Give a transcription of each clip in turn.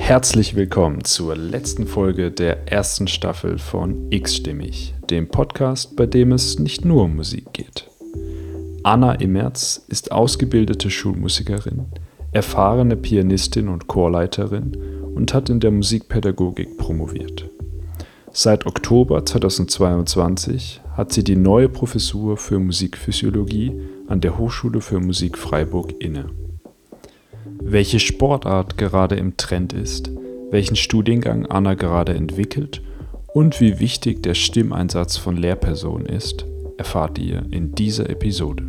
Herzlich willkommen zur letzten Folge der ersten Staffel von X-Stimmig, dem Podcast, bei dem es nicht nur um Musik geht. Anna Immerz ist ausgebildete Schulmusikerin, erfahrene Pianistin und Chorleiterin und hat in der Musikpädagogik promoviert. Seit Oktober 2022 hat sie die neue Professur für Musikphysiologie an der Hochschule für Musik Freiburg inne. Welche Sportart gerade im Trend ist, welchen Studiengang Anna gerade entwickelt und wie wichtig der Stimmeinsatz von Lehrpersonen ist, erfahrt ihr in dieser Episode.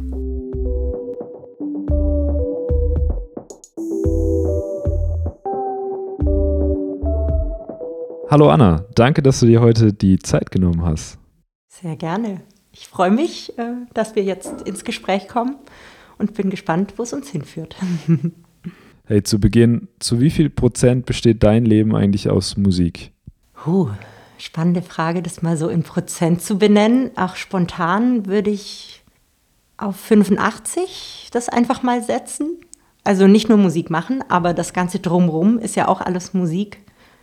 Hallo Anna, danke, dass du dir heute die Zeit genommen hast. Sehr gerne. Ich freue mich, dass wir jetzt ins Gespräch kommen und bin gespannt, wo es uns hinführt. Hey, zu Beginn, zu wie viel Prozent besteht dein Leben eigentlich aus Musik? Spannende Frage, das mal so in Prozent zu benennen. Auch spontan würde ich auf 85 das einfach mal setzen. Also nicht nur Musik machen, aber das Ganze drumherum ist ja auch alles Musik.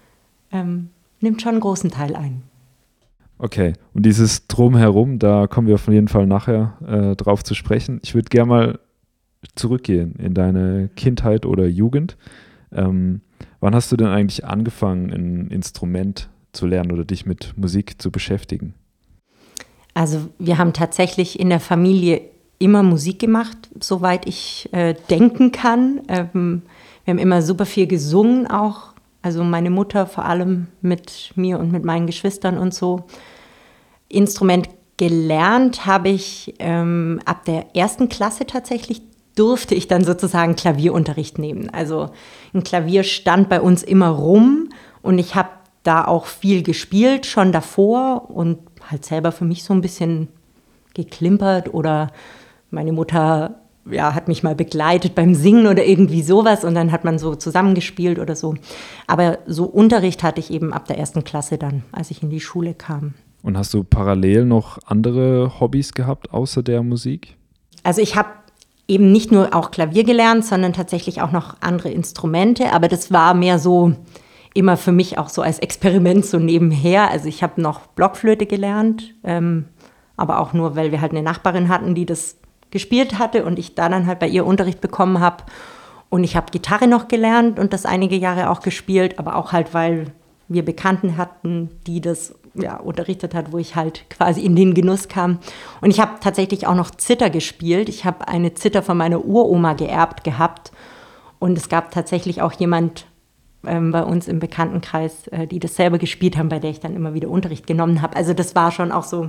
Nimmt schon einen großen Teil ein. Okay, und dieses Drumherum, da kommen wir auf jeden Fall nachher drauf zu sprechen. Ich würde gerne mal zurückgehen in deine Kindheit oder Jugend. Wann hast du denn eigentlich angefangen, ein Instrument zu lernen oder dich mit Musik zu beschäftigen? Also wir haben tatsächlich in der Familie immer Musik gemacht, soweit ich denken kann. Wir haben immer super viel gesungen auch. Also meine Mutter vor allem mit mir und mit meinen Geschwistern und so. Instrument gelernt habe ich ab der ersten Klasse tatsächlich, durfte ich dann sozusagen Klavierunterricht nehmen. Also ein Klavier stand bei uns immer rum und ich habe da auch viel gespielt, schon davor und halt selber für mich so ein bisschen geklimpert oder meine Mutter hat mich mal begleitet beim Singen oder irgendwie sowas und dann hat man so zusammengespielt oder so. Aber so Unterricht hatte ich eben ab der ersten Klasse dann, als ich in die Schule kam. Und hast du parallel noch andere Hobbys gehabt, außer der Musik? Also ich habe eben nicht nur auch Klavier gelernt, sondern tatsächlich auch noch andere Instrumente. Aber das war mehr so immer für mich auch so als Experiment so nebenher. Also ich habe noch Blockflöte gelernt, aber auch nur, weil wir halt eine Nachbarin hatten, die das gespielt hatte und ich da dann halt bei ihr Unterricht bekommen habe. Und ich habe Gitarre noch gelernt und das einige Jahre auch gespielt, aber auch halt, weil wir Bekannten hatten, die das unterrichtet hat, wo ich halt quasi in den Genuss kam. Und ich habe tatsächlich auch noch Zither gespielt. Ich habe eine Zither von meiner Uroma geerbt gehabt. Und es gab tatsächlich auch jemand bei uns im Bekanntenkreis, die das selber gespielt haben, bei der ich dann immer wieder Unterricht genommen habe. Also das war schon auch so,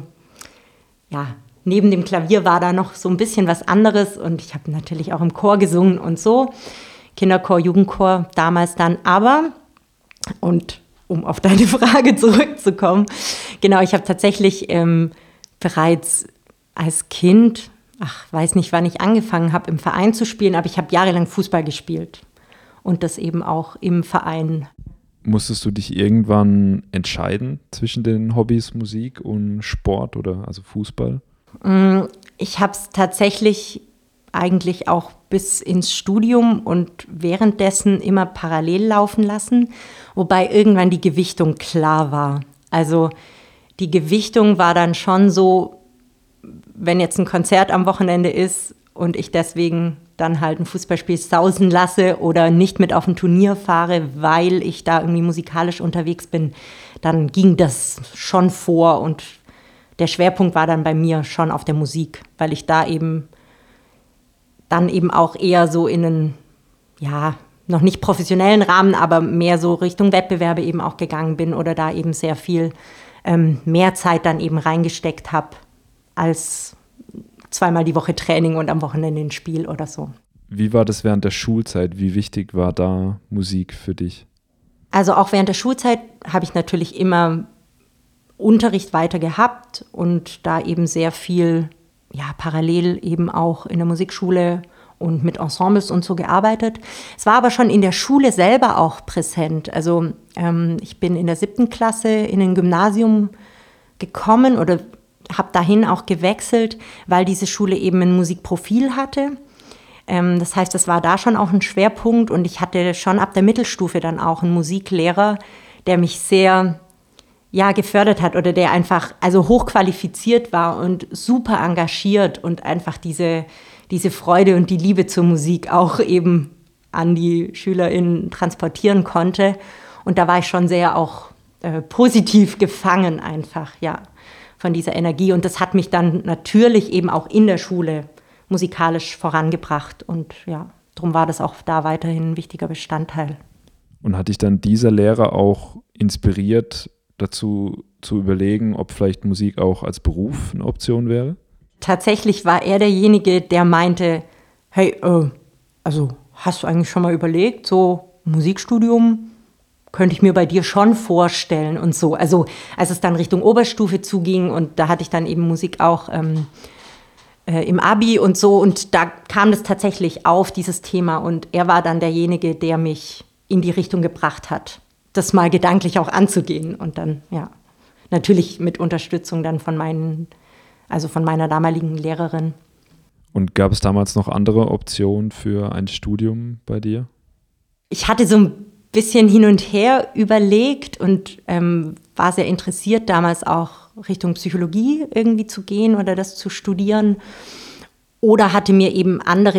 neben dem Klavier war da noch so ein bisschen was anderes. Und ich habe natürlich auch im Chor gesungen und so. Kinderchor, Jugendchor damals dann. Um auf deine Frage zurückzukommen. Genau, ich habe tatsächlich bereits als Kind, weiß nicht, wann ich angefangen habe, im Verein zu spielen, aber ich habe jahrelang Fußball gespielt. Und das eben auch im Verein. Musstest du dich irgendwann entscheiden zwischen den Hobbys Musik und Sport oder also Fußball? Ich habe es tatsächlich eigentlich auch bis ins Studium und währenddessen immer parallel laufen lassen, wobei irgendwann die Gewichtung klar war. Also die Gewichtung war dann schon so, wenn jetzt ein Konzert am Wochenende ist und ich deswegen dann halt ein Fußballspiel sausen lasse oder nicht mit auf ein Turnier fahre, weil ich da irgendwie musikalisch unterwegs bin, dann ging das schon vor und der Schwerpunkt war dann bei mir schon auf der Musik, weil ich da dann eben auch eher so in einen, noch nicht professionellen Rahmen, aber mehr so Richtung Wettbewerbe eben auch gegangen bin oder da eben sehr viel mehr Zeit dann eben reingesteckt habe als zweimal die Woche Training und am Wochenende ein Spiel oder so. Wie war das während der Schulzeit? Wie wichtig war da Musik für dich? Also auch während der Schulzeit habe ich natürlich immer Unterricht weiter gehabt und da eben sehr viel parallel eben auch in der Musikschule und mit Ensembles und so gearbeitet. Es war aber schon in der Schule selber auch präsent. Also ich bin in der 7. Klasse in ein Gymnasium gekommen oder habe dahin auch gewechselt, weil diese Schule eben ein Musikprofil hatte. Das heißt, das war da schon auch ein Schwerpunkt und ich hatte schon ab der Mittelstufe dann auch einen Musiklehrer, der mich sehr gefördert hat oder der einfach hochqualifiziert war und super engagiert und einfach diese Freude und die Liebe zur Musik auch eben an die SchülerInnen transportieren konnte. Und da war ich schon sehr auch positiv gefangen einfach, von dieser Energie. Und das hat mich dann natürlich eben auch in der Schule musikalisch vorangebracht. Und darum war das auch da weiterhin ein wichtiger Bestandteil. Und hat dich dann dieser Lehrer auch inspiriert, dazu zu überlegen, ob vielleicht Musik auch als Beruf eine Option wäre? Tatsächlich war er derjenige, der meinte, hey, hast du eigentlich schon mal überlegt, so Musikstudium könnte ich mir bei dir schon vorstellen und so. Also als es dann Richtung Oberstufe zuging und da hatte ich dann eben Musik auch im Abi und so und da kam das tatsächlich auf, dieses Thema und er war dann derjenige, der mich in die Richtung gebracht hat, das mal gedanklich auch anzugehen und dann, natürlich mit Unterstützung dann von meiner damaligen Lehrerin. Und gab es damals noch andere Optionen für ein Studium bei dir? Ich hatte so ein bisschen hin und her überlegt und war sehr interessiert, damals auch Richtung Psychologie irgendwie zu gehen oder das zu studieren. Oder hatte mir eben andere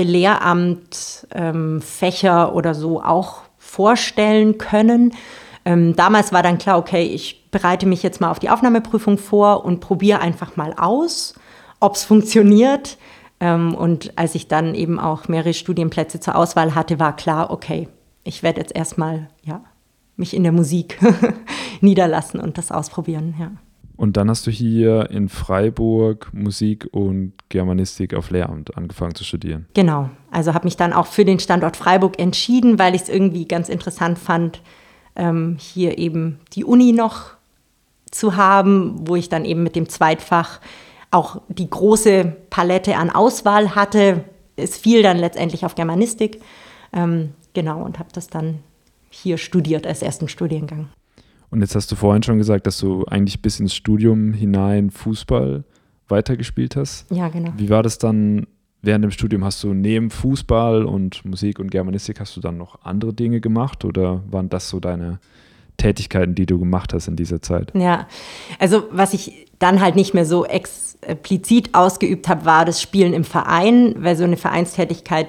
Lehramtfächer oder so auch vorstellen können. Damals war dann klar, okay, ich bereite mich jetzt mal auf die Aufnahmeprüfung vor und probiere einfach mal aus, ob es funktioniert. Und als ich dann eben auch mehrere Studienplätze zur Auswahl hatte, war klar, okay, ich werde jetzt erstmal mich in der Musik niederlassen und das ausprobieren. Ja. Und dann hast du hier in Freiburg Musik und Germanistik auf Lehramt angefangen zu studieren. Genau, also habe mich dann auch für den Standort Freiburg entschieden, weil ich es irgendwie ganz interessant fand, hier eben die Uni noch zu haben, wo ich dann eben mit dem Zweitfach auch die große Palette an Auswahl hatte. Es fiel dann letztendlich auf Germanistik. Genau, und habe das dann hier studiert als ersten Studiengang. Und jetzt hast du vorhin schon gesagt, dass du eigentlich bis ins Studium hinein Fußball weitergespielt hast. Ja, genau. Wie war das dann während dem Studium? Hast du neben Fußball und Musik und Germanistik, hast du dann noch andere Dinge gemacht oder waren das so deine Tätigkeiten, die du gemacht hast in dieser Zeit? Ja, also was ich dann halt nicht mehr so explizit ausgeübt habe, war das Spielen im Verein, weil so eine Vereinstätigkeit,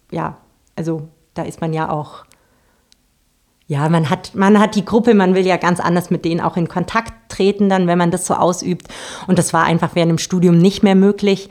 da ist man ja auch, man hat die Gruppe, man will ja ganz anders mit denen auch in Kontakt treten dann, wenn man das so ausübt. Und das war einfach während dem Studium nicht mehr möglich.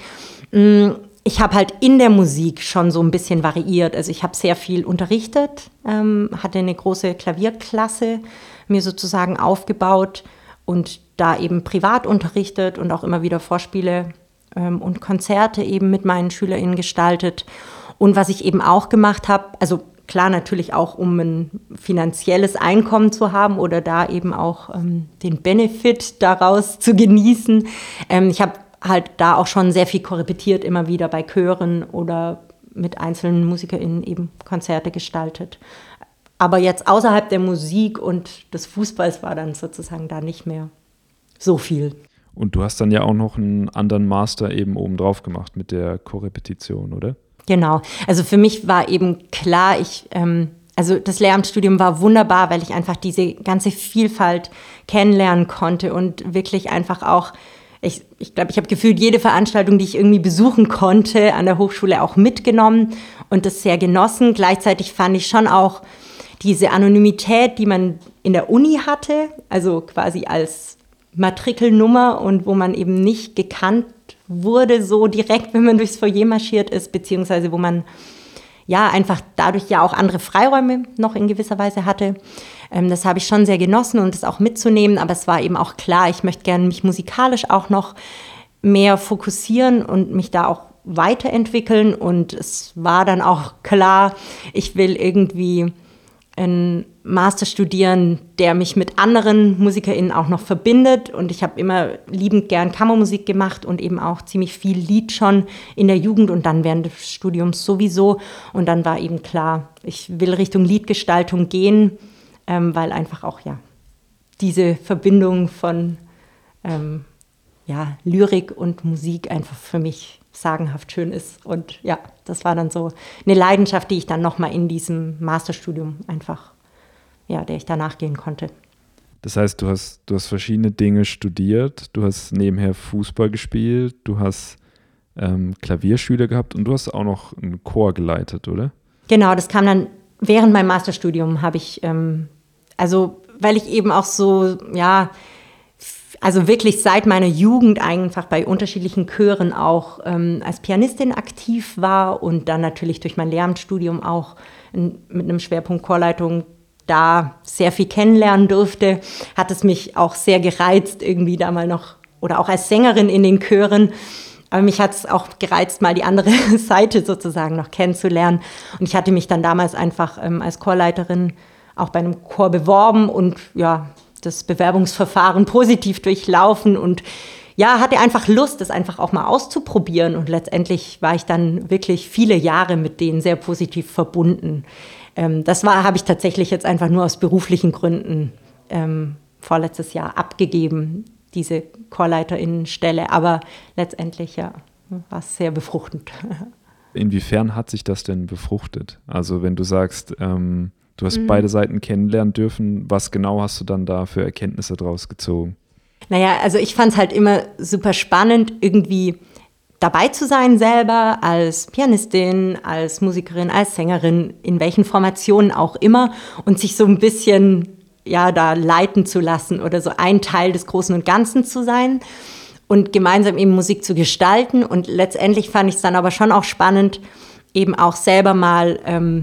Ich habe halt in der Musik schon so ein bisschen variiert. Also ich habe sehr viel unterrichtet, hatte eine große Klavierklasse mir sozusagen aufgebaut und da eben privat unterrichtet und auch immer wieder Vorspiele und Konzerte eben mit meinen SchülerInnen gestaltet. Und was ich eben auch gemacht habe, also klar natürlich auch, um ein finanzielles Einkommen zu haben oder da eben auch den Benefit daraus zu genießen. Ich habe halt da auch schon sehr viel korrepetiert, immer wieder bei Chören oder mit einzelnen MusikerInnen eben Konzerte gestaltet. Aber jetzt außerhalb der Musik und des Fußballs war dann sozusagen da nicht mehr so viel. Und du hast dann ja auch noch einen anderen Master eben oben drauf gemacht mit der Korrepetition, oder? Genau. Also für mich war eben klar, also das Lehramtsstudium war wunderbar, weil ich einfach diese ganze Vielfalt kennenlernen konnte und wirklich einfach auch, ich glaube, ich habe gefühlt jede Veranstaltung, die ich irgendwie besuchen konnte, an der Hochschule auch mitgenommen und das sehr genossen. Gleichzeitig fand ich schon auch diese Anonymität, die man in der Uni hatte, also quasi als Matrikelnummer und wo man eben nicht gekannt wurde so direkt, wenn man durchs Foyer marschiert ist, beziehungsweise wo man einfach dadurch ja auch andere Freiräume noch in gewisser Weise hatte. Das habe ich schon sehr genossen und das auch mitzunehmen, aber es war eben auch klar, ich möchte gerne mich musikalisch auch noch mehr fokussieren und mich da auch weiterentwickeln und es war dann auch klar, ich will irgendwie einen Master studieren, der mich mit anderen MusikerInnen auch noch verbindet. Und ich habe immer liebend gern Kammermusik gemacht und eben auch ziemlich viel Lied schon in der Jugend und dann während des Studiums sowieso. Und dann war eben klar, ich will Richtung Liedgestaltung gehen, weil einfach auch diese Verbindung von Lyrik und Musik einfach für mich sagenhaft schön ist. Und ja, das war dann so eine Leidenschaft, die ich dann nochmal in diesem Masterstudium einfach, ja, der ich da nachgehen konnte. Das heißt, du hast verschiedene Dinge studiert, du hast nebenher Fußball gespielt, du hast Klavierschüler gehabt und du hast auch noch einen Chor geleitet, oder? Genau, das kam dann während meinem Masterstudium, habe ich, weil ich eben auch so, ja, also wirklich seit meiner Jugend einfach bei unterschiedlichen Chören auch als Pianistin aktiv war und dann natürlich durch mein Lehramtsstudium auch mit einem Schwerpunkt Chorleitung da sehr viel kennenlernen durfte, hat es mich auch sehr gereizt, irgendwie da mal noch, oder auch als Sängerin in den Chören. Aber mich hat es auch gereizt, mal die andere Seite sozusagen noch kennenzulernen. Und ich hatte mich dann damals einfach als Chorleiterin auch bei einem Chor beworben und ja, das Bewerbungsverfahren positiv durchlaufen und ja, hatte einfach Lust, das einfach auch mal auszuprobieren. Und letztendlich war ich dann wirklich viele Jahre mit denen sehr positiv verbunden. Habe ich tatsächlich jetzt einfach nur aus beruflichen Gründen vorletztes Jahr abgegeben, diese Chorleiterinnenstelle. Aber letztendlich, ja, war es sehr befruchtend. Inwiefern hat sich das denn befruchtet? Also wenn du sagst, du hast beide Seiten kennenlernen dürfen, was genau hast du dann da für Erkenntnisse draus gezogen? Naja, also ich fand es halt immer super spannend, irgendwie dabei zu sein selber, als Pianistin, als Musikerin, als Sängerin, in welchen Formationen auch immer und sich so ein bisschen ja da leiten zu lassen oder so ein Teil des Großen und Ganzen zu sein und gemeinsam eben Musik zu gestalten. Und letztendlich fand ich es dann aber schon auch spannend, eben auch selber mal,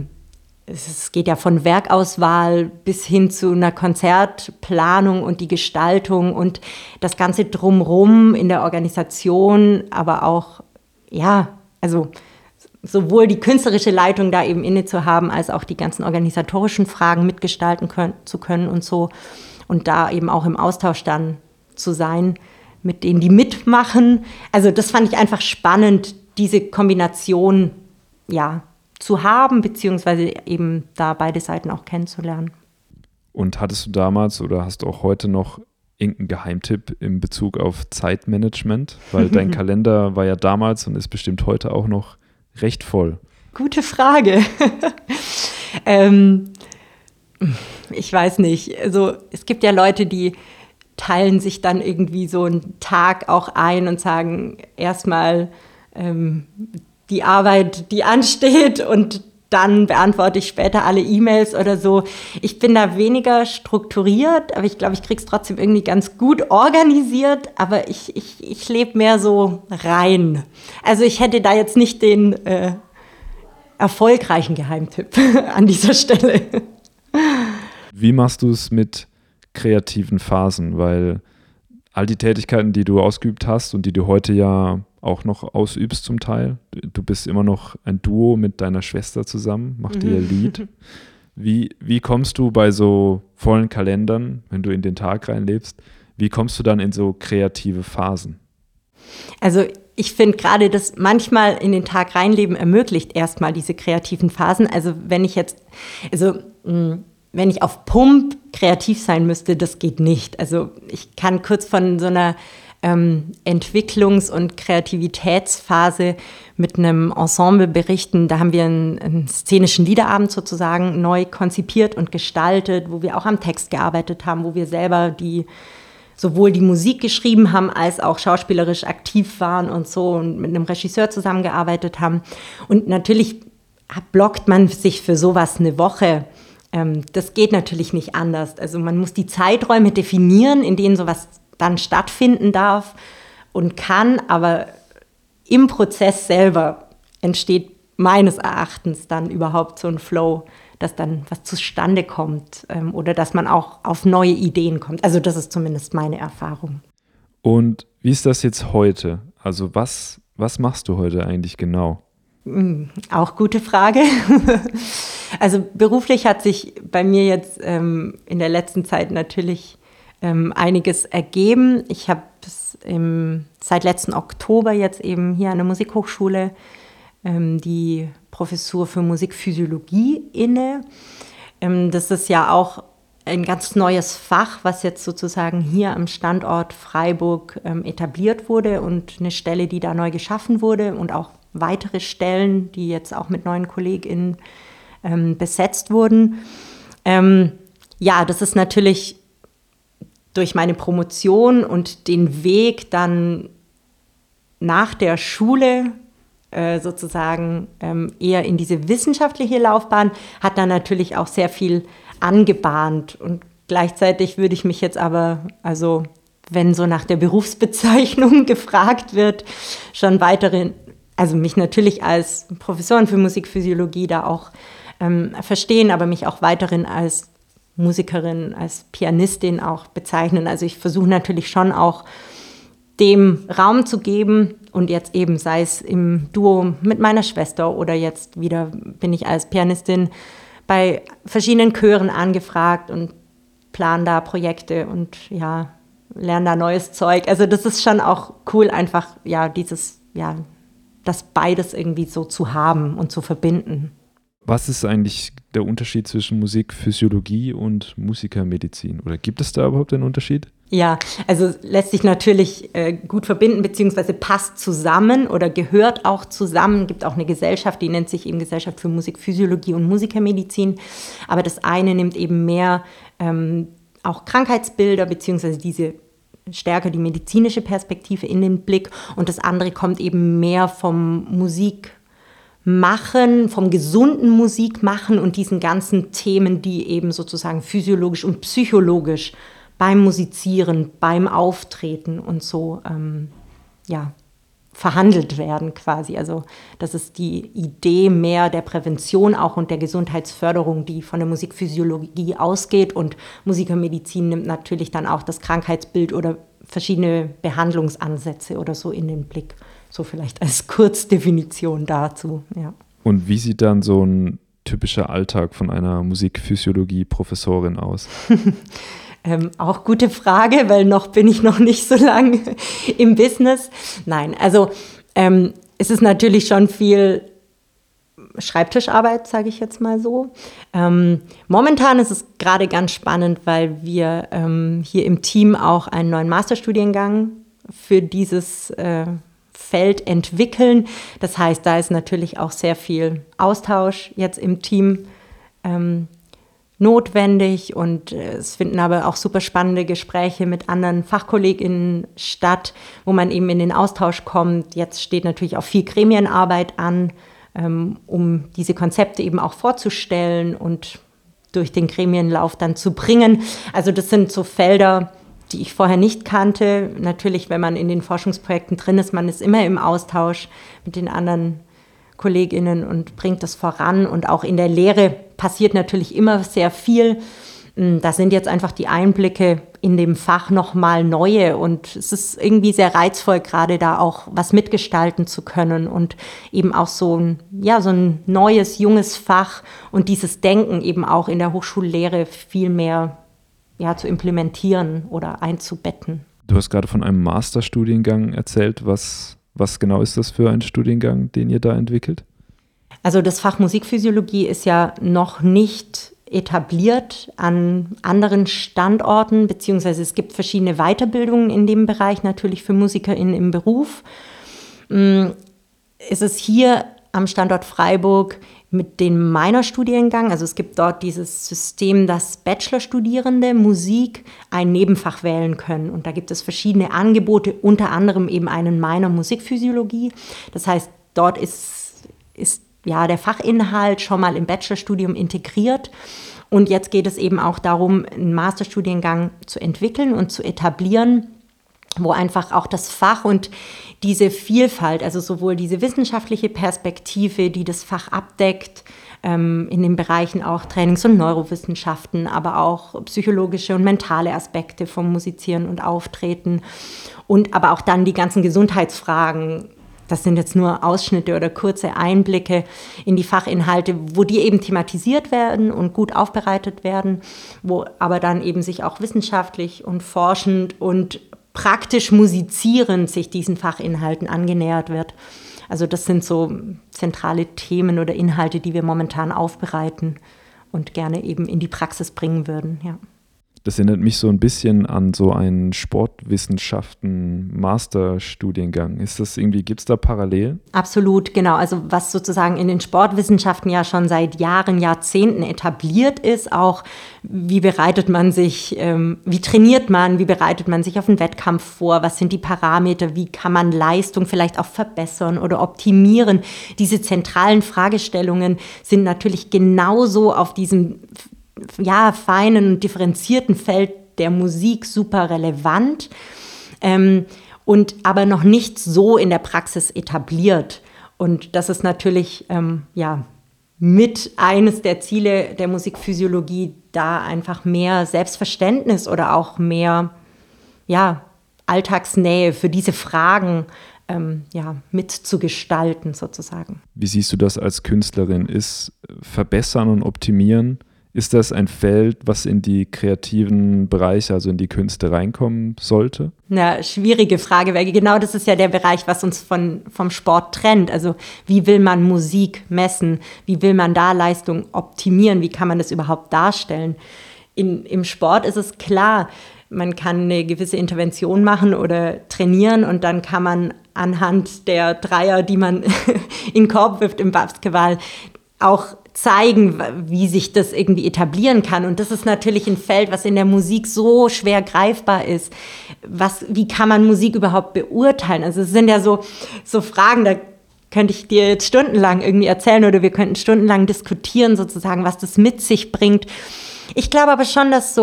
es geht ja von Werkauswahl bis hin zu einer Konzertplanung und die Gestaltung und das Ganze drumrum in der Organisation, aber auch, ja, also sowohl die künstlerische Leitung da eben inne zu haben, als auch die ganzen organisatorischen Fragen mitgestalten zu können und so. Und da eben auch im Austausch dann zu sein mit denen, die mitmachen. Also das fand ich einfach spannend, diese Kombination, ja, zu haben, beziehungsweise eben da beide Seiten auch kennenzulernen. Und hattest du damals oder hast du auch heute noch irgendeinen Geheimtipp in Bezug auf Zeitmanagement? Weil dein Kalender war ja damals und ist bestimmt heute auch noch recht voll. Gute Frage. Ich weiß nicht. Also es gibt ja Leute, die teilen sich dann irgendwie so einen Tag auch ein und sagen erstmal die Arbeit, die ansteht und dann beantworte ich später alle E-Mails oder so. Ich bin da weniger strukturiert, aber ich glaube, ich kriege es trotzdem irgendwie ganz gut organisiert, aber ich lebe mehr so rein. Also ich hätte da jetzt nicht den erfolgreichen Geheimtipp an dieser Stelle. Wie machst du es mit kreativen Phasen? Weil all die Tätigkeiten, die du ausgeübt hast und die du heute ja auch noch ausübst zum Teil. Du bist immer noch ein Duo mit deiner Schwester zusammen, macht ihr Lied. Wie kommst du bei so vollen Kalendern, wenn du in den Tag reinlebst, wie kommst du dann in so kreative Phasen? Also ich finde gerade, dass manchmal in den Tag reinleben ermöglicht erstmal diese kreativen Phasen. Also wenn ich auf Pump kreativ sein müsste, das geht nicht. Also ich kann kurz von so einer Entwicklungs- und Kreativitätsphase mit einem Ensemble berichten. Da haben wir einen szenischen Liederabend sozusagen neu konzipiert und gestaltet, wo wir auch am Text gearbeitet haben, wo wir selber sowohl die Musik geschrieben haben, als auch schauspielerisch aktiv waren und so und mit einem Regisseur zusammengearbeitet haben. Und natürlich blockt man sich für sowas eine Woche. Das geht natürlich nicht anders. Also man muss die Zeiträume definieren, in denen sowas dann stattfinden darf und kann, aber im Prozess selber entsteht meines Erachtens dann überhaupt so ein Flow, dass dann was zustande kommt oder dass man auch auf neue Ideen kommt. Also das ist zumindest meine Erfahrung. Und wie ist das jetzt heute? Also was machst du heute eigentlich genau? Auch gute Frage. Also beruflich hat sich bei mir jetzt in der letzten Zeit natürlich einiges ergeben. Ich habe seit letzten Oktober jetzt eben hier an der Musikhochschule die Professur für Musikphysiologie inne. Das ist ja auch ein ganz neues Fach, was jetzt sozusagen hier am Standort Freiburg etabliert wurde und eine Stelle, die da neu geschaffen wurde und auch weitere Stellen, die jetzt auch mit neuen KollegInnen besetzt wurden. Das ist natürlich durch meine Promotion und den Weg dann nach der Schule sozusagen eher in diese wissenschaftliche Laufbahn, hat dann natürlich auch sehr viel angebahnt. Und gleichzeitig würde ich mich jetzt aber, also wenn so nach der Berufsbezeichnung gefragt wird, schon weiterhin, also mich natürlich als Professorin für Musikphysiologie da auch verstehen, aber mich auch weiterhin als Musikerin, als Pianistin auch bezeichnen. Also ich versuche natürlich schon auch dem Raum zu geben und jetzt eben, sei es im Duo mit meiner Schwester oder jetzt wieder bin ich als Pianistin bei verschiedenen Chören angefragt und plane da Projekte und lerne da neues Zeug. Also das ist schon auch cool, einfach das beides irgendwie so zu haben und zu verbinden. Was ist eigentlich der Unterschied zwischen Musikphysiologie und Musikermedizin? Oder gibt es da überhaupt einen Unterschied? Ja, also lässt sich natürlich gut verbinden, beziehungsweise passt zusammen oder gehört auch zusammen. Es gibt auch eine Gesellschaft, die nennt sich eben Gesellschaft für Musikphysiologie und Musikermedizin. Aber das eine nimmt eben mehr auch Krankheitsbilder, beziehungsweise diese stärker die medizinische Perspektive in den Blick. Und das andere kommt eben mehr vom Musikmachen, vom gesunden Musikmachen und diesen ganzen Themen, die eben sozusagen physiologisch und psychologisch beim Musizieren, beim Auftreten und so verhandelt werden quasi. Also das ist die Idee mehr der Prävention auch und der Gesundheitsförderung, die von der Musikphysiologie ausgeht. Und Musikermedizin nimmt natürlich dann auch das Krankheitsbild oder verschiedene Behandlungsansätze oder so in den Blick. So vielleicht als Kurzdefinition dazu. Ja. Und wie sieht dann so ein typischer Alltag von einer Musikphysiologie-Professorin aus? Auch gute Frage, weil noch bin ich noch nicht so lange im Business. Nein, also es ist natürlich schon viel Schreibtischarbeit, sage ich jetzt mal so. Momentan ist es gerade ganz spannend, weil wir hier im Team auch einen neuen Masterstudiengang für dieses Feld entwickeln. Das heißt, da ist natürlich auch sehr viel Austausch jetzt im Team notwendig und es finden aber auch super spannende Gespräche mit anderen FachkollegInnen statt, wo man eben in den Austausch kommt. Jetzt steht natürlich auch viel Gremienarbeit an, um diese Konzepte eben auch vorzustellen und durch den Gremienlauf dann zu bringen. Also das sind so Felder, die ich vorher nicht kannte. Natürlich, wenn man in den Forschungsprojekten drin ist, man ist immer im Austausch mit den anderen KollegInnen und bringt das voran. Und auch in der Lehre passiert natürlich immer sehr viel. Da sind jetzt einfach die Einblicke in dem Fach nochmal neue. Und es ist irgendwie sehr reizvoll, gerade da auch was mitgestalten zu können und eben auch so ein neues, junges Fach und dieses Denken eben auch in der Hochschullehre viel mehr zu implementieren oder einzubetten. Du hast gerade von einem Masterstudiengang erzählt. Was genau ist das für ein Studiengang, den ihr da entwickelt? Also das Fach Musikphysiologie ist ja noch nicht etabliert an anderen Standorten, beziehungsweise es gibt verschiedene Weiterbildungen in dem Bereich, natürlich für MusikerInnen im Beruf. Es ist hier am Standort Freiburg mit dem Minor-Studiengang, also es gibt dort dieses System, dass Bachelorstudierende Musik ein Nebenfach wählen können. Und da gibt es verschiedene Angebote, unter anderem eben einen Minor Musikphysiologie. Das heißt, dort ist der Fachinhalt schon mal im Bachelorstudium integriert. Und jetzt geht es eben auch darum, einen Masterstudiengang zu entwickeln und zu etablieren, wo einfach auch das Fach und diese Vielfalt, also sowohl diese wissenschaftliche Perspektive, die das Fach abdeckt, in den Bereichen auch Trainings- und Neurowissenschaften, aber auch psychologische und mentale Aspekte vom Musizieren und Auftreten und aber auch dann die ganzen Gesundheitsfragen. Das sind jetzt nur Ausschnitte oder kurze Einblicke in die Fachinhalte, wo die eben thematisiert werden und gut aufbereitet werden, wo aber dann eben sich auch wissenschaftlich und forschend und praktisch musizierend sich diesen Fachinhalten angenähert wird. Also das sind so zentrale Themen oder Inhalte, die wir momentan aufbereiten und gerne eben in die Praxis bringen würden, ja. Das erinnert mich so ein bisschen an so einen Sportwissenschaften-Masterstudiengang. Gibt es da Parallelen? Absolut, genau. Also was sozusagen in den Sportwissenschaften ja schon seit Jahren, Jahrzehnten etabliert ist, auch wie bereitet man sich, wie trainiert man, wie bereitet man sich auf einen Wettkampf vor, was sind die Parameter, wie kann man Leistung vielleicht auch verbessern oder optimieren. Diese zentralen Fragestellungen sind natürlich genauso auf diesem feinen und differenzierten Feld der Musik super relevant und aber noch nicht so in der Praxis etabliert. Und das ist natürlich mit eines der Ziele der Musikphysiologie, da einfach mehr Selbstverständnis oder auch mehr Alltagsnähe für diese Fragen mitzugestalten sozusagen. Wie siehst du das als Künstlerin? Ist Verbessern und Optimieren, ist das ein Feld, was in die kreativen Bereiche, also in die Künste reinkommen sollte? Eine schwierige Frage, weil genau das ist ja der Bereich, was uns vom Sport trennt. Also wie will man Musik messen? Wie will man da Leistung optimieren? Wie kann man das überhaupt darstellen? Im Sport ist es klar, man kann eine gewisse Intervention machen oder trainieren und dann kann man anhand der Dreier, die man in den Korb wirft im Basketball, auch zeigen, wie sich das irgendwie etablieren kann. Und das ist natürlich ein Feld, was in der Musik so schwer greifbar ist. Wie kann man Musik überhaupt beurteilen? Also es sind ja so Fragen, da könnte ich dir jetzt stundenlang irgendwie erzählen oder wir könnten stundenlang diskutieren sozusagen, was das mit sich bringt. Ich glaube aber schon, dass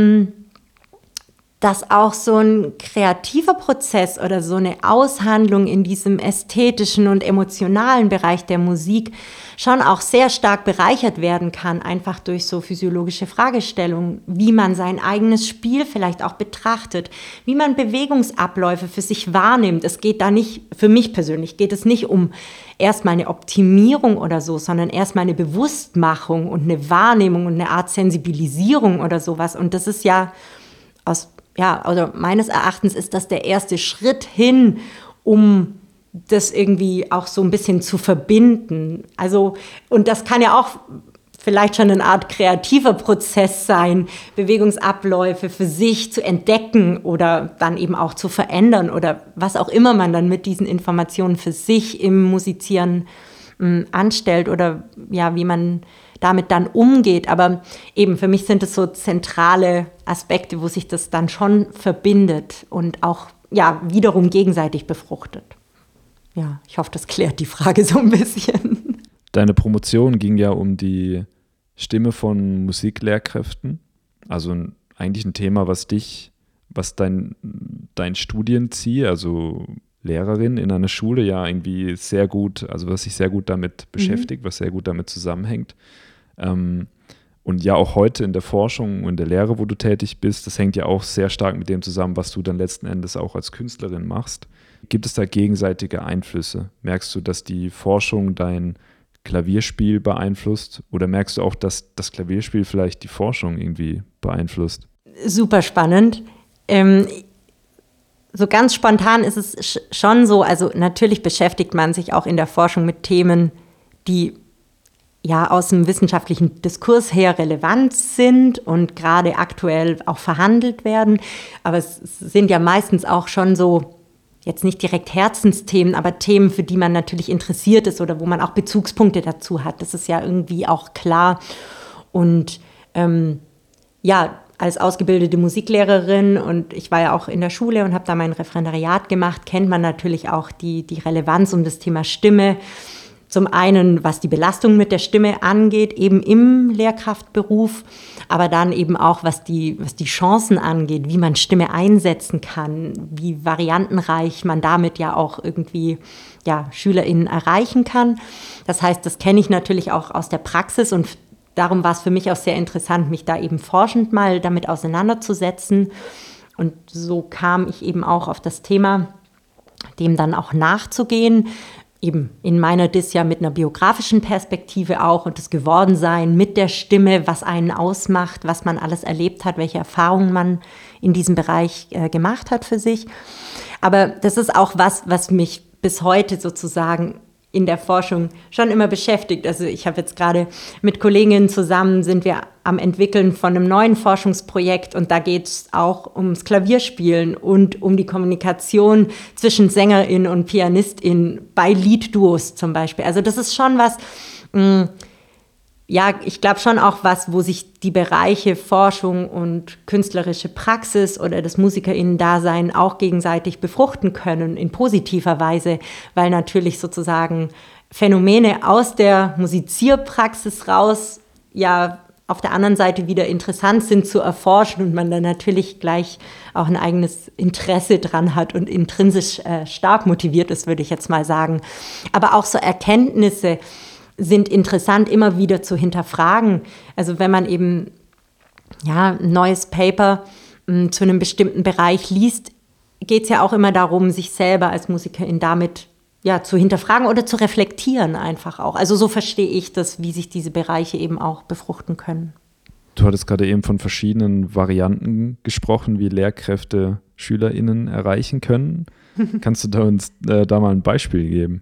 dass auch so ein kreativer Prozess oder so eine Aushandlung in diesem ästhetischen und emotionalen Bereich der Musik schon auch sehr stark bereichert werden kann, einfach durch so physiologische Fragestellungen, wie man sein eigenes Spiel vielleicht auch betrachtet, wie man Bewegungsabläufe für sich wahrnimmt. Es geht da nicht, für mich persönlich, geht es nicht um erstmal eine Optimierung oder so, sondern erstmal eine Bewusstmachung und eine Wahrnehmung und eine Art Sensibilisierung oder sowas. Und das ist meines Erachtens ist das der erste Schritt hin, um das irgendwie auch so ein bisschen zu verbinden. Also, und das kann ja auch vielleicht schon eine Art kreativer Prozess sein, Bewegungsabläufe für sich zu entdecken oder dann eben auch zu verändern oder was auch immer man dann mit diesen Informationen für sich im Musizieren anstellt oder wie man damit dann umgeht. Aber eben für mich sind es so zentrale Aspekte, wo sich das dann schon verbindet und auch wiederum gegenseitig befruchtet. Ja, ich hoffe, das klärt die Frage so ein bisschen. Deine Promotion ging ja um die Stimme von Musiklehrkräften. Also eigentlich ein Thema, was dein Studienziel, also Lehrerin in einer Schule irgendwie sehr gut, also was sich sehr gut damit beschäftigt, was sehr gut damit zusammenhängt. Und ja auch heute in der Forschung und in der Lehre, wo du tätig bist, das hängt ja auch sehr stark mit dem zusammen, was du dann letzten Endes auch als Künstlerin machst. Gibt es da gegenseitige Einflüsse? Merkst du, dass die Forschung dein Klavierspiel beeinflusst? Oder merkst du auch, dass das Klavierspiel vielleicht die Forschung irgendwie beeinflusst? Super spannend. So ganz spontan ist es schon so, also natürlich beschäftigt man sich auch in der Forschung mit Themen, die aus dem wissenschaftlichen Diskurs her relevant sind und gerade aktuell auch verhandelt werden. Aber es sind ja meistens auch schon so, jetzt nicht direkt Herzensthemen, aber Themen, für die man natürlich interessiert ist oder wo man auch Bezugspunkte dazu hat. Das ist ja irgendwie auch klar. Und als ausgebildete Musiklehrerin und ich war ja auch in der Schule und habe da mein Referendariat gemacht, kennt man natürlich auch die Relevanz um das Thema Stimme. Zum einen, was die Belastung mit der Stimme angeht, eben im Lehrkraftberuf, aber dann eben auch, was die Chancen angeht, wie man Stimme einsetzen kann, wie variantenreich man damit ja auch irgendwie SchülerInnen erreichen kann. Das heißt, das kenne ich natürlich auch aus der Praxis und darum war es für mich auch sehr interessant, mich da eben forschend mal damit auseinanderzusetzen. Und so kam ich eben auch auf das Thema, dem dann auch nachzugehen, eben in meiner Dis ja mit einer biografischen Perspektive auch und das Gewordensein mit der Stimme, was einen ausmacht, was man alles erlebt hat, welche Erfahrungen man in diesem Bereich gemacht hat für sich. Aber das ist auch was mich bis heute sozusagen in der Forschung schon immer beschäftigt. Also ich habe jetzt gerade mit Kolleginnen zusammen, sind wir am Entwickeln von einem neuen Forschungsprojekt und da geht es auch ums Klavierspielen und um die Kommunikation zwischen Sängerin und Pianistin bei Liedduos zum Beispiel. Also das ist schon was, ja, ich glaube schon auch was, wo sich die Bereiche Forschung und künstlerische Praxis oder das MusikerInnen-Dasein auch gegenseitig befruchten können in positiver Weise, weil natürlich sozusagen Phänomene aus der Musizierpraxis raus ja auf der anderen Seite wieder interessant sind zu erforschen und man dann natürlich gleich auch ein eigenes Interesse dran hat und intrinsisch stark motiviert ist, würde ich jetzt mal sagen. Aber auch so Erkenntnisse sind interessant immer wieder zu hinterfragen. Also wenn man eben ein neues Paper zu einem bestimmten Bereich liest, geht es ja auch immer darum, sich selber als Musikerin damit zu hinterfragen oder zu reflektieren einfach auch. Also so verstehe ich das, wie sich diese Bereiche eben auch befruchten können. Du hattest gerade eben von verschiedenen Varianten gesprochen, wie Lehrkräfte SchülerInnen erreichen können. Kannst du uns da mal ein Beispiel geben?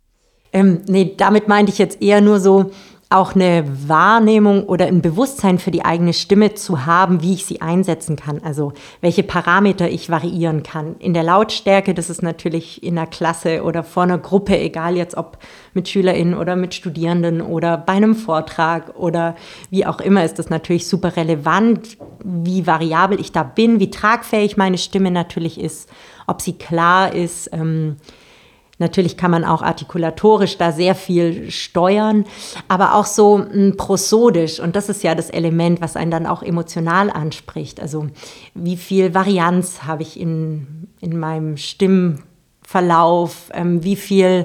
Nee, damit meinte ich jetzt eher nur so, auch eine Wahrnehmung oder ein Bewusstsein für die eigene Stimme zu haben, wie ich sie einsetzen kann. Also welche Parameter ich variieren kann. In der Lautstärke, das ist natürlich in der Klasse oder vor einer Gruppe, egal jetzt ob mit SchülerInnen oder mit Studierenden oder bei einem Vortrag oder wie auch immer, ist das natürlich super relevant, wie variabel ich da bin, wie tragfähig meine Stimme natürlich ist, ob sie klar ist. Natürlich kann man auch artikulatorisch da sehr viel steuern, aber auch so prosodisch. Und das ist ja das Element, was einen dann auch emotional anspricht. Also wie viel Varianz habe ich in meinem Stimmverlauf? Wie viel,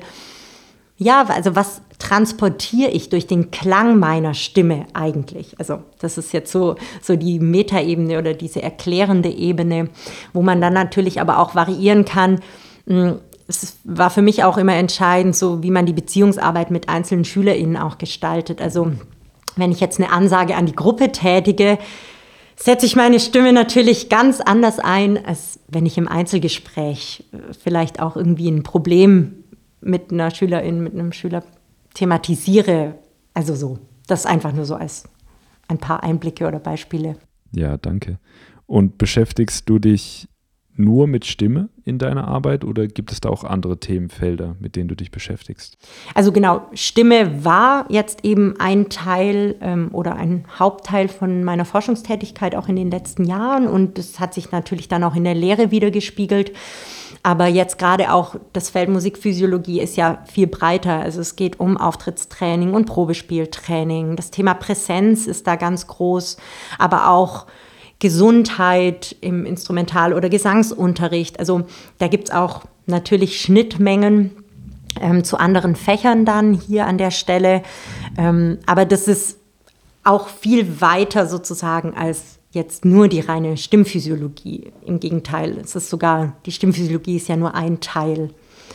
also was transportiere ich durch den Klang meiner Stimme eigentlich? Also das ist jetzt so die Metaebene oder diese erklärende Ebene, wo man dann natürlich aber auch variieren kann. Es war für mich auch immer entscheidend, so wie man die Beziehungsarbeit mit einzelnen SchülerInnen auch gestaltet. Also wenn ich jetzt eine Ansage an die Gruppe tätige, setze ich meine Stimme natürlich ganz anders ein, als wenn ich im Einzelgespräch vielleicht auch irgendwie ein Problem mit einer Schülerin, mit einem Schüler thematisiere. Also so, das einfach nur so als ein paar Einblicke oder Beispiele. Ja, danke. Und beschäftigst du dich nur mit Stimme in deiner Arbeit oder gibt es da auch andere Themenfelder, mit denen du dich beschäftigst? Also genau, Stimme war jetzt eben ein Teil oder ein Hauptteil von meiner Forschungstätigkeit auch in den letzten Jahren und das hat sich natürlich dann auch in der Lehre wiedergespiegelt. Aber jetzt gerade auch das Feld Musikphysiologie ist ja viel breiter. Also es geht um Auftrittstraining und Probespieltraining. Das Thema Präsenz ist da ganz groß, aber auch Gesundheit im Instrumental- oder Gesangsunterricht. Also da gibt es auch natürlich Schnittmengen zu anderen Fächern dann hier an der Stelle. Aber das ist auch viel weiter sozusagen als jetzt nur die reine Stimmphysiologie. Im Gegenteil, es ist sogar, die Stimmphysiologie ist ja nur ein Teil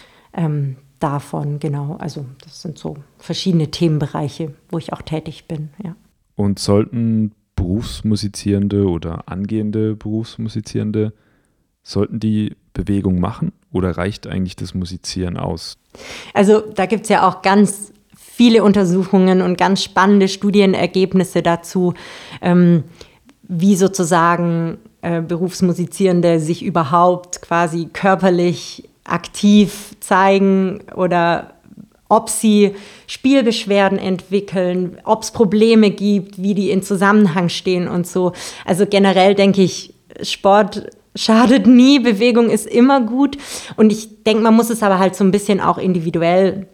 davon, genau. Also das sind so verschiedene Themenbereiche, wo ich auch tätig bin, ja. Und sollten Berufsmusizierende oder angehende Berufsmusizierende, sollten die Bewegung machen oder reicht eigentlich das Musizieren aus? Also da gibt es ja auch ganz viele Untersuchungen und ganz spannende Studienergebnisse dazu, wie sozusagen Berufsmusizierende sich überhaupt quasi körperlich aktiv zeigen oder ob sie Spielbeschwerden entwickeln, ob es Probleme gibt, wie die in Zusammenhang stehen und so. Also generell denke ich, Sport schadet nie, Bewegung ist immer gut. Und ich denke, man muss es aber halt so ein bisschen auch individuell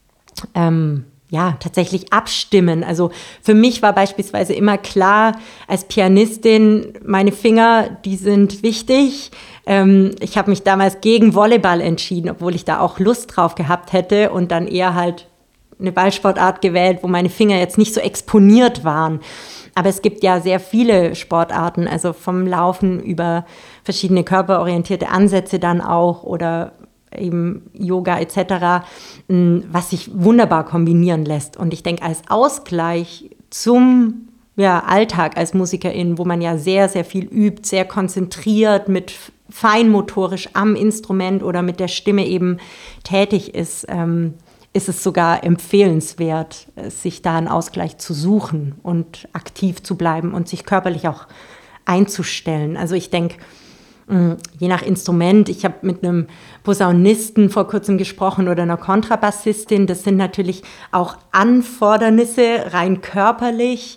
tatsächlich abstimmen. Also für mich war beispielsweise immer klar, als Pianistin, meine Finger, die sind wichtig. Ich habe mich damals gegen Volleyball entschieden, obwohl ich da auch Lust drauf gehabt hätte und dann eher halt eine Ballsportart gewählt, wo meine Finger jetzt nicht so exponiert waren. Aber es gibt ja sehr viele Sportarten, also vom Laufen über verschiedene körperorientierte Ansätze dann auch oder eben Yoga etc., was sich wunderbar kombinieren lässt. Und ich denke, als Ausgleich zum Alltag als Musikerin, wo man ja sehr, sehr viel übt, sehr konzentriert mit feinmotorisch am Instrument oder mit der Stimme eben tätig ist, ist es sogar empfehlenswert, sich da einen Ausgleich zu suchen und aktiv zu bleiben und sich körperlich auch einzustellen. Also ich denke, je nach Instrument, ich habe mit einem Posaunisten vor kurzem gesprochen oder einer Kontrabassistin, das sind natürlich auch Anfordernisse rein körperlich.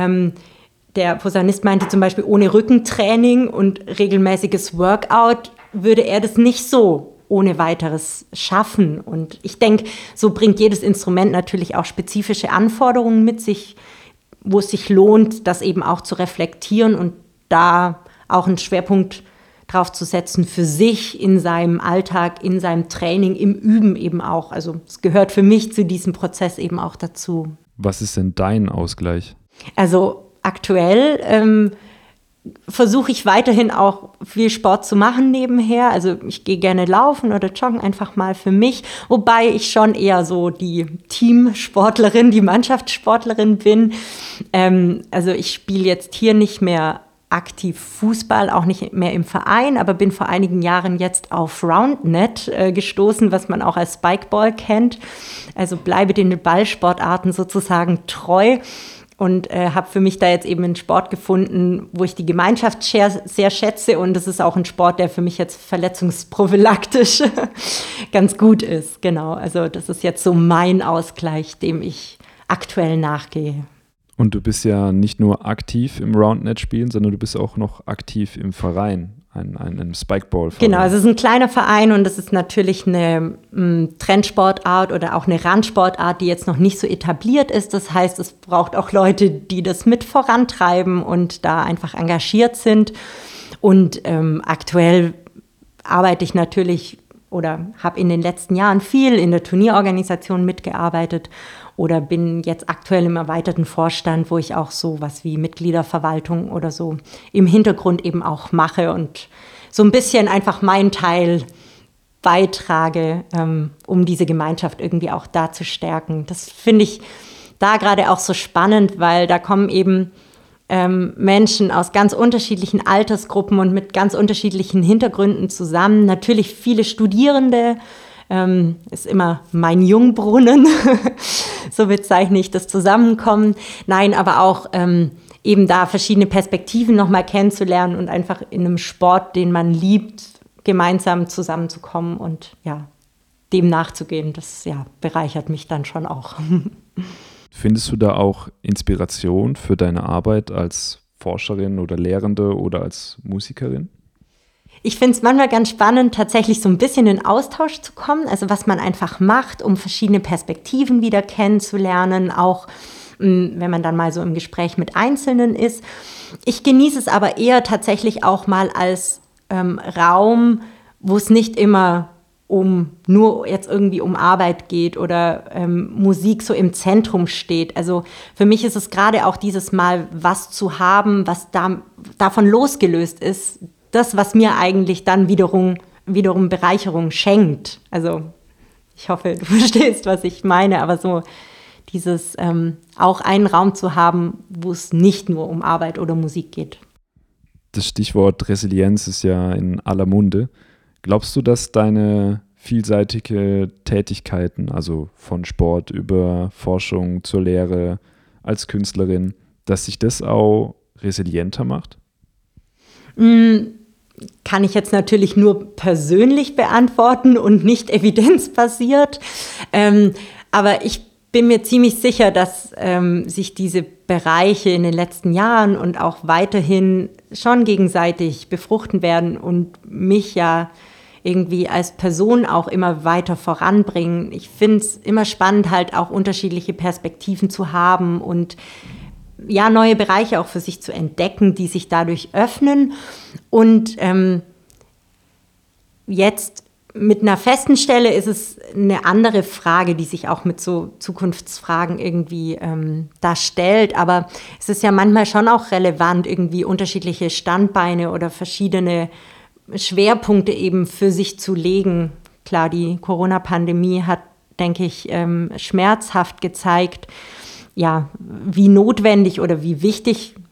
Der Posaunist meinte zum Beispiel, ohne Rückentraining und regelmäßiges Workout würde er das nicht so ohne weiteres schaffen. Und ich denke, so bringt jedes Instrument natürlich auch spezifische Anforderungen mit sich, wo es sich lohnt, das eben auch zu reflektieren und da auch einen Schwerpunkt drauf zu setzen für sich in seinem Alltag, in seinem Training, im Üben eben auch. Also es gehört für mich zu diesem Prozess eben auch dazu. Was ist denn dein Ausgleich? Also aktuell versuche ich weiterhin auch viel Sport zu machen nebenher. Also ich gehe gerne laufen oder joggen einfach mal für mich, wobei ich schon eher so die Teamsportlerin, die Mannschaftssportlerin bin. Also ich spiele jetzt hier nicht mehr aktiv Fußball, auch nicht mehr im Verein, aber bin vor einigen Jahren jetzt auf Roundnet gestoßen, was man auch als Spikeball kennt. Also bleibe den Ballsportarten sozusagen treu. Und habe für mich da jetzt eben einen Sport gefunden, wo ich die Gemeinschaft sehr schätze. Und das ist auch ein Sport, der für mich jetzt verletzungsprophylaktisch ganz gut ist. Genau, also das ist jetzt so mein Ausgleich, dem ich aktuell nachgehe. Und du bist ja nicht nur aktiv im Roundnet spielen, sondern du bist auch noch aktiv im Verein, einem Spikeball-Verein. Genau, also es ist ein kleiner Verein und es ist natürlich eine Trendsportart oder auch eine Randsportart, die jetzt noch nicht so etabliert ist. Das heißt, es braucht auch Leute, die das mit vorantreiben und da einfach engagiert sind. Und aktuell arbeite ich natürlich oder habe in den letzten Jahren viel in der Turnierorganisation mitgearbeitet oder bin jetzt aktuell im erweiterten Vorstand, wo ich auch so was wie Mitgliederverwaltung oder so im Hintergrund eben auch mache und so ein bisschen einfach meinen Teil beitrage, um diese Gemeinschaft irgendwie auch da zu stärken. Das finde ich da gerade auch so spannend, weil da kommen eben Menschen aus ganz unterschiedlichen Altersgruppen und mit ganz unterschiedlichen Hintergründen zusammen. Natürlich viele Studierende, ist immer mein Jungbrunnen, so bezeichne ich das Zusammenkommen. Nein, aber auch eben da verschiedene Perspektiven nochmal kennenzulernen und einfach in einem Sport, den man liebt, gemeinsam zusammenzukommen und ja, dem nachzugehen. Das ja, bereichert mich dann schon auch. Findest du da auch Inspiration für deine Arbeit als Forscherin oder Lehrende oder als Musikerin? Ich finde es manchmal ganz spannend, tatsächlich so ein bisschen in Austausch zu kommen, also was man einfach macht, um verschiedene Perspektiven wieder kennenzulernen, auch wenn man dann mal so im Gespräch mit Einzelnen ist. Ich genieße es aber eher tatsächlich auch mal als Raum, wo es nicht immer nur jetzt irgendwie um Arbeit geht oder Musik so im Zentrum steht. Also für mich ist es gerade auch dieses Mal was zu haben, was davon losgelöst ist, das, was mir eigentlich dann wiederum Bereicherung schenkt. Also ich hoffe, du verstehst, was ich meine, aber so dieses auch einen Raum zu haben, wo es nicht nur um Arbeit oder Musik geht. Das Stichwort Resilienz ist ja in aller Munde. Glaubst du, dass deine vielseitige Tätigkeiten, also von Sport über Forschung zur Lehre als Künstlerin, dass sich das auch resilienter macht? Kann ich jetzt natürlich nur persönlich beantworten und nicht evidenzbasiert. Aber ich bin mir ziemlich sicher, dass sich diese Bereiche in den letzten Jahren und auch weiterhin schon gegenseitig befruchten werden und mich ja irgendwie als Person auch immer weiter voranbringen. Ich finde es immer spannend, halt auch unterschiedliche Perspektiven zu haben und ja, neue Bereiche auch für sich zu entdecken, die sich dadurch öffnen. Und jetzt mit einer festen Stelle ist es eine andere Frage, die sich auch mit so Zukunftsfragen irgendwie da stellt. Aber es ist ja manchmal schon auch relevant, irgendwie unterschiedliche Standbeine oder verschiedene Schwerpunkte eben für sich zu legen. Klar, die Corona-Pandemie hat, denke ich, schmerzhaft gezeigt, ja, wie notwendig oder wie wichtig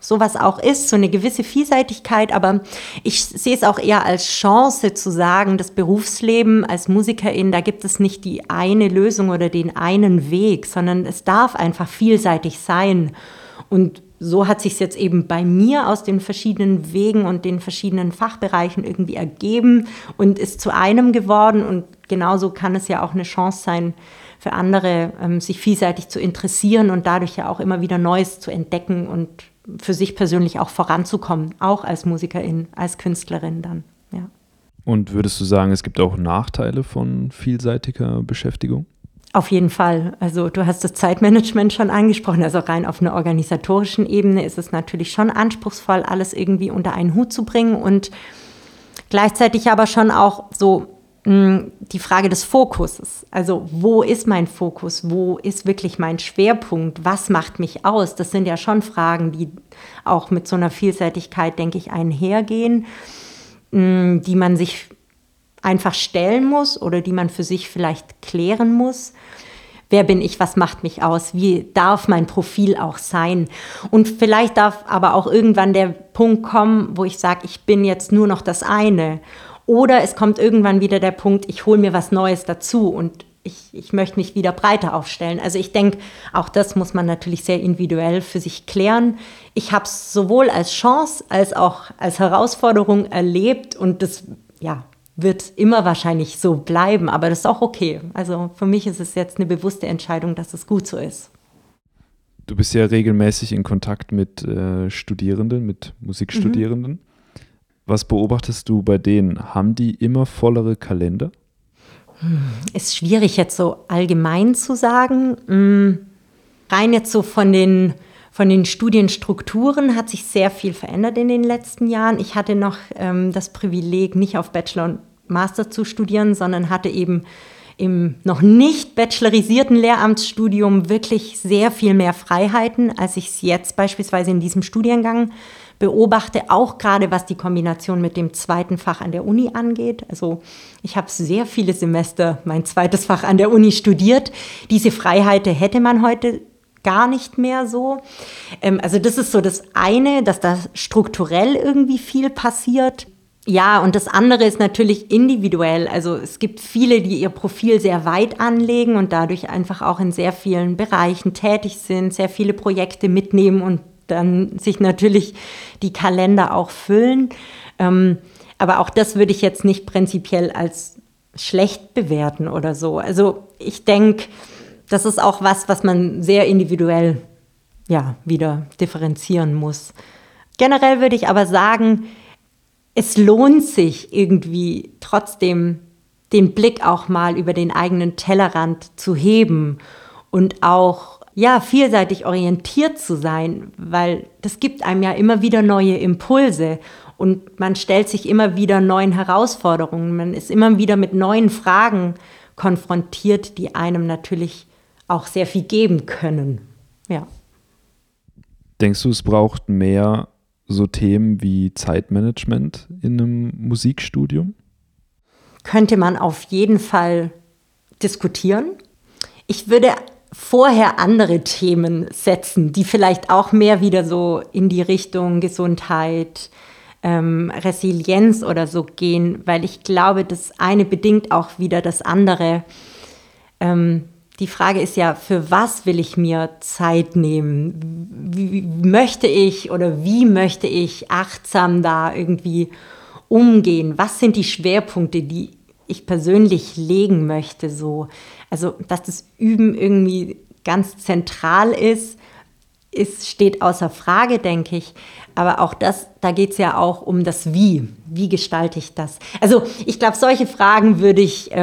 sowas auch ist, so eine gewisse Vielseitigkeit, aber ich sehe es auch eher als Chance zu sagen, das Berufsleben als Musikerin, da gibt es nicht die eine Lösung oder den einen Weg, sondern es darf einfach vielseitig sein. Und so hat sich es jetzt eben bei mir aus den verschiedenen Wegen und den verschiedenen Fachbereichen irgendwie ergeben und ist zu einem geworden. Und genauso kann es ja auch eine Chance sein für andere, sich vielseitig zu interessieren und dadurch ja auch immer wieder Neues zu entdecken und für sich persönlich auch voranzukommen, auch als Musikerin, als Künstlerin dann, ja. Und würdest du sagen, es gibt auch Nachteile von vielseitiger Beschäftigung? Auf jeden Fall. Also du hast das Zeitmanagement schon angesprochen. Also rein auf einer organisatorischen Ebene ist es natürlich schon anspruchsvoll, alles irgendwie unter einen Hut zu bringen und gleichzeitig aber schon auch so die Frage des Fokuses. Also wo ist mein Fokus? Wo ist wirklich mein Schwerpunkt? Was macht mich aus? Das sind ja schon Fragen, die auch mit so einer Vielseitigkeit, denke ich, einhergehen, die man sich einfach stellen muss oder die man für sich vielleicht klären muss. Wer bin ich? Was macht mich aus? Wie darf mein Profil auch sein? Und vielleicht darf aber auch irgendwann der Punkt kommen, wo ich sage, ich bin jetzt nur noch das eine. Oder es kommt irgendwann wieder der Punkt, ich hole mir was Neues dazu und ich möchte mich wieder breiter aufstellen. Also ich denke, auch das muss man natürlich sehr individuell für sich klären. Ich habe es sowohl als Chance als auch als Herausforderung erlebt und das wird immer wahrscheinlich so bleiben, aber das ist auch okay. Also für mich ist es jetzt eine bewusste Entscheidung, dass es gut so ist. Du bist ja regelmäßig in Kontakt mit Studierenden, mit Musikstudierenden. Was beobachtest du bei denen? Haben die immer vollere Kalender? Ist schwierig jetzt so allgemein zu sagen. Rein jetzt so von den Studienstrukturen hat sich sehr viel verändert in den letzten Jahren. Ich hatte noch das Privileg, nicht auf Bachelor und Master zu studieren, sondern hatte eben im noch nicht bachelorisierten Lehramtsstudium wirklich sehr viel mehr Freiheiten, als ich es jetzt beispielsweise in diesem Studiengang beobachte, auch gerade was die Kombination mit dem zweiten Fach an der Uni angeht. Also ich habe sehr viele Semester mein zweites Fach an der Uni studiert. Diese Freiheit hätte man heute gar nicht mehr so. Also das ist so das eine, dass da strukturell irgendwie viel passiert. Ja, und das andere ist natürlich individuell. Also es gibt viele, die ihr Profil sehr weit anlegen und dadurch einfach auch in sehr vielen Bereichen tätig sind, sehr viele Projekte mitnehmen und dann sich natürlich die Kalender auch füllen. Aber auch das würde ich jetzt nicht prinzipiell als schlecht bewerten oder so. Also ich denke, das ist auch was man sehr individuell wieder differenzieren muss. Generell würde ich aber sagen, es lohnt sich irgendwie trotzdem den Blick auch mal über den eigenen Tellerrand zu heben und auch vielseitig orientiert zu sein, weil das gibt einem ja immer wieder neue Impulse und man stellt sich immer wieder neuen Herausforderungen. Man ist immer wieder mit neuen Fragen konfrontiert, die einem natürlich auch sehr viel geben können. Ja. Denkst du, es braucht mehr so Themen wie Zeitmanagement in einem Musikstudium? Könnte man auf jeden Fall diskutieren. Ich würde vorher andere Themen setzen, die vielleicht auch mehr wieder so in die Richtung Gesundheit, Resilienz oder so gehen, weil ich glaube, das eine bedingt auch wieder das andere. Die Frage ist ja, für was will ich mir Zeit nehmen? Wie möchte ich achtsam da irgendwie umgehen? Was sind die Schwerpunkte, die ich persönlich legen möchte? So? Also, dass das Üben irgendwie ganz zentral ist, steht außer Frage, denke ich. Aber auch da geht es ja auch um das Wie. Wie gestalte ich das? Also, ich glaube, solche Fragen würde ich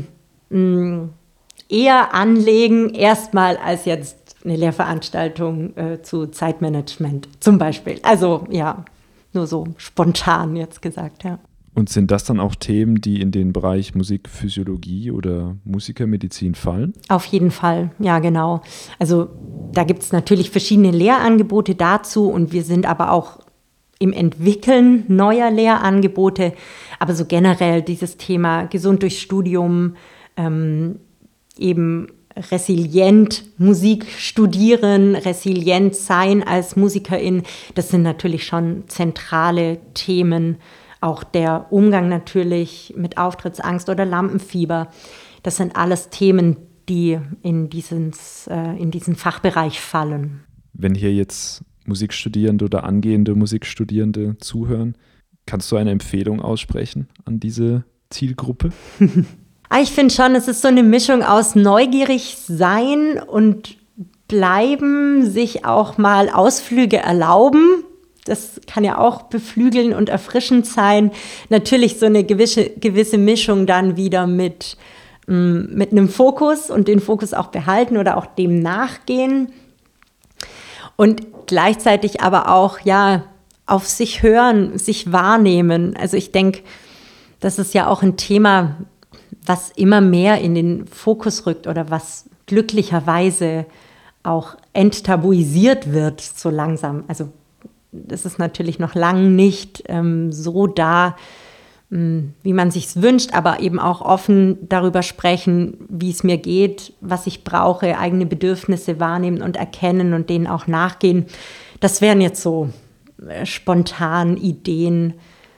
eher anlegen, erstmal als jetzt eine Lehrveranstaltung zu Zeitmanagement zum Beispiel. Also nur so spontan jetzt gesagt, ja. Und sind das dann auch Themen, die in den Bereich Musikphysiologie oder Musikermedizin fallen? Auf jeden Fall, ja genau. Also da gibt es natürlich verschiedene Lehrangebote dazu und wir sind aber auch im Entwickeln neuer Lehrangebote. Aber so generell dieses Thema gesund durchs Studium, eben resilient Musik studieren, resilient sein als Musikerin. Das sind natürlich schon zentrale Themen. Auch der Umgang natürlich mit Auftrittsangst oder Lampenfieber. Das sind alles Themen, die in diesen Fachbereich fallen. Wenn hier jetzt Musikstudierende oder angehende Musikstudierende zuhören, kannst du eine Empfehlung aussprechen an diese Zielgruppe? Ich finde schon, es ist so eine Mischung aus neugierig sein und bleiben, sich auch mal Ausflüge erlauben. Das kann ja auch beflügeln und erfrischend sein. Natürlich so eine gewisse Mischung dann wieder mit einem Fokus und den Fokus auch behalten oder auch dem nachgehen. Und gleichzeitig aber auch, ja, auf sich hören, sich wahrnehmen. Also ich denke, das ist ja auch ein Thema, was immer mehr in den Fokus rückt oder was glücklicherweise auch enttabuisiert wird so langsam. Also das ist natürlich noch lange nicht so da, wie man sich's wünscht, aber eben auch offen darüber sprechen, wie es mir geht, was ich brauche, eigene Bedürfnisse wahrnehmen und erkennen und denen auch nachgehen. Das wären jetzt so spontan Ideen,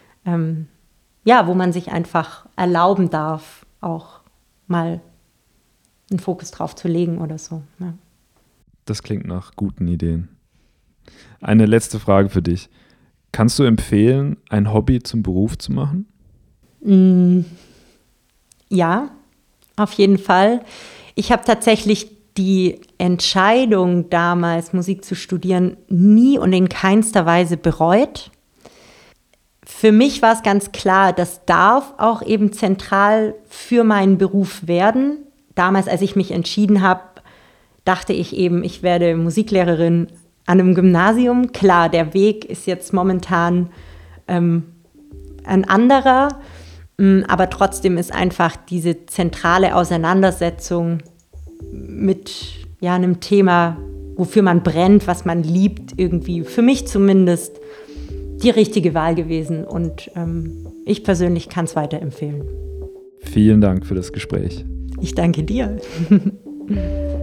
wo man sich einfach erlauben darf, auch mal einen Fokus drauf zu legen oder so. Ja. Das klingt nach guten Ideen. Eine letzte Frage für dich. Kannst du empfehlen, ein Hobby zum Beruf zu machen? Ja, auf jeden Fall. Ich habe tatsächlich die Entscheidung, damals Musik zu studieren, nie und in keinster Weise bereut. Für mich war es ganz klar, das darf auch eben zentral für meinen Beruf werden. Damals, als ich mich entschieden habe, dachte ich eben, ich werde Musiklehrerin an einem Gymnasium. Klar, der Weg ist jetzt momentan ein anderer, aber trotzdem ist einfach diese zentrale Auseinandersetzung mit einem Thema, wofür man brennt, was man liebt, irgendwie für mich zumindest die richtige Wahl gewesen. Und ich persönlich kann es weiterempfehlen. Vielen Dank für das Gespräch. Ich danke dir.